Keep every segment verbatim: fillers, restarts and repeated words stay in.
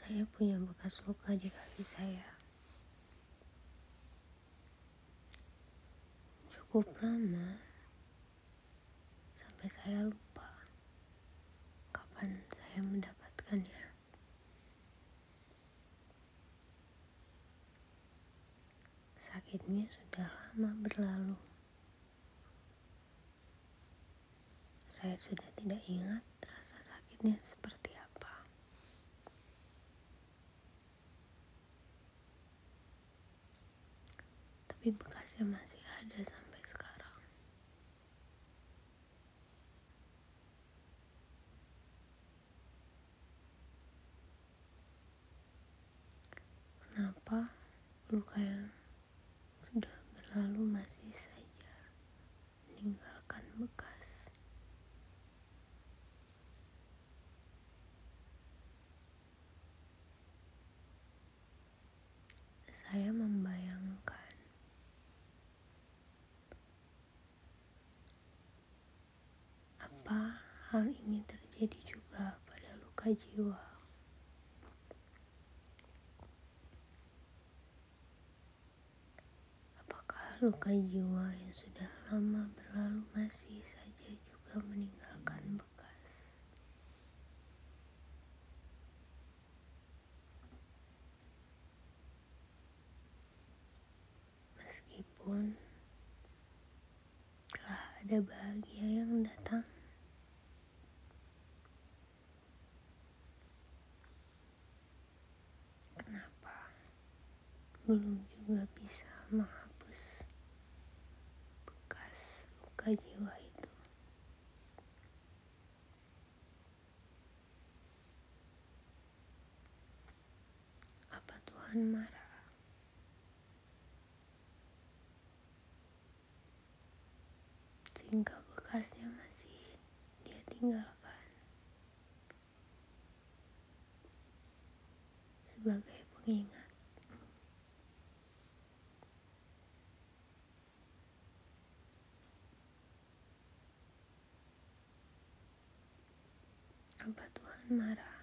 Saya punya bekas luka di kaki saya. Cukup lama sampai saya lupa kapan saya mendapatkannya. Sakitnya sudah lama berlalu. Saya sudah tidak ingat rasa sakitnya seperti apa. Tapi bekasnya masih ada sampai sekarang. Kenapa luka yang sudah berlalu masih saja meninggalkan bekas? Saya membayangkan apa hal ini terjadi juga pada luka jiwa. Apakah luka jiwa yang sudah lama berlalu masih saja juga meninggalkan bekas? Meskipun telah ada bahagia yang datang, kenapa belum juga bisa menghapus bekas luka jiwa itu? Apa Tuhan marah? Sehingga bekasnya masih dia tinggalkan sebagai pengingat. Apa Tuhan marah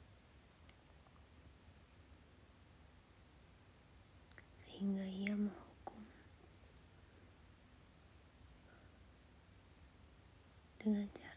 sehingga ia menghukum dengan cara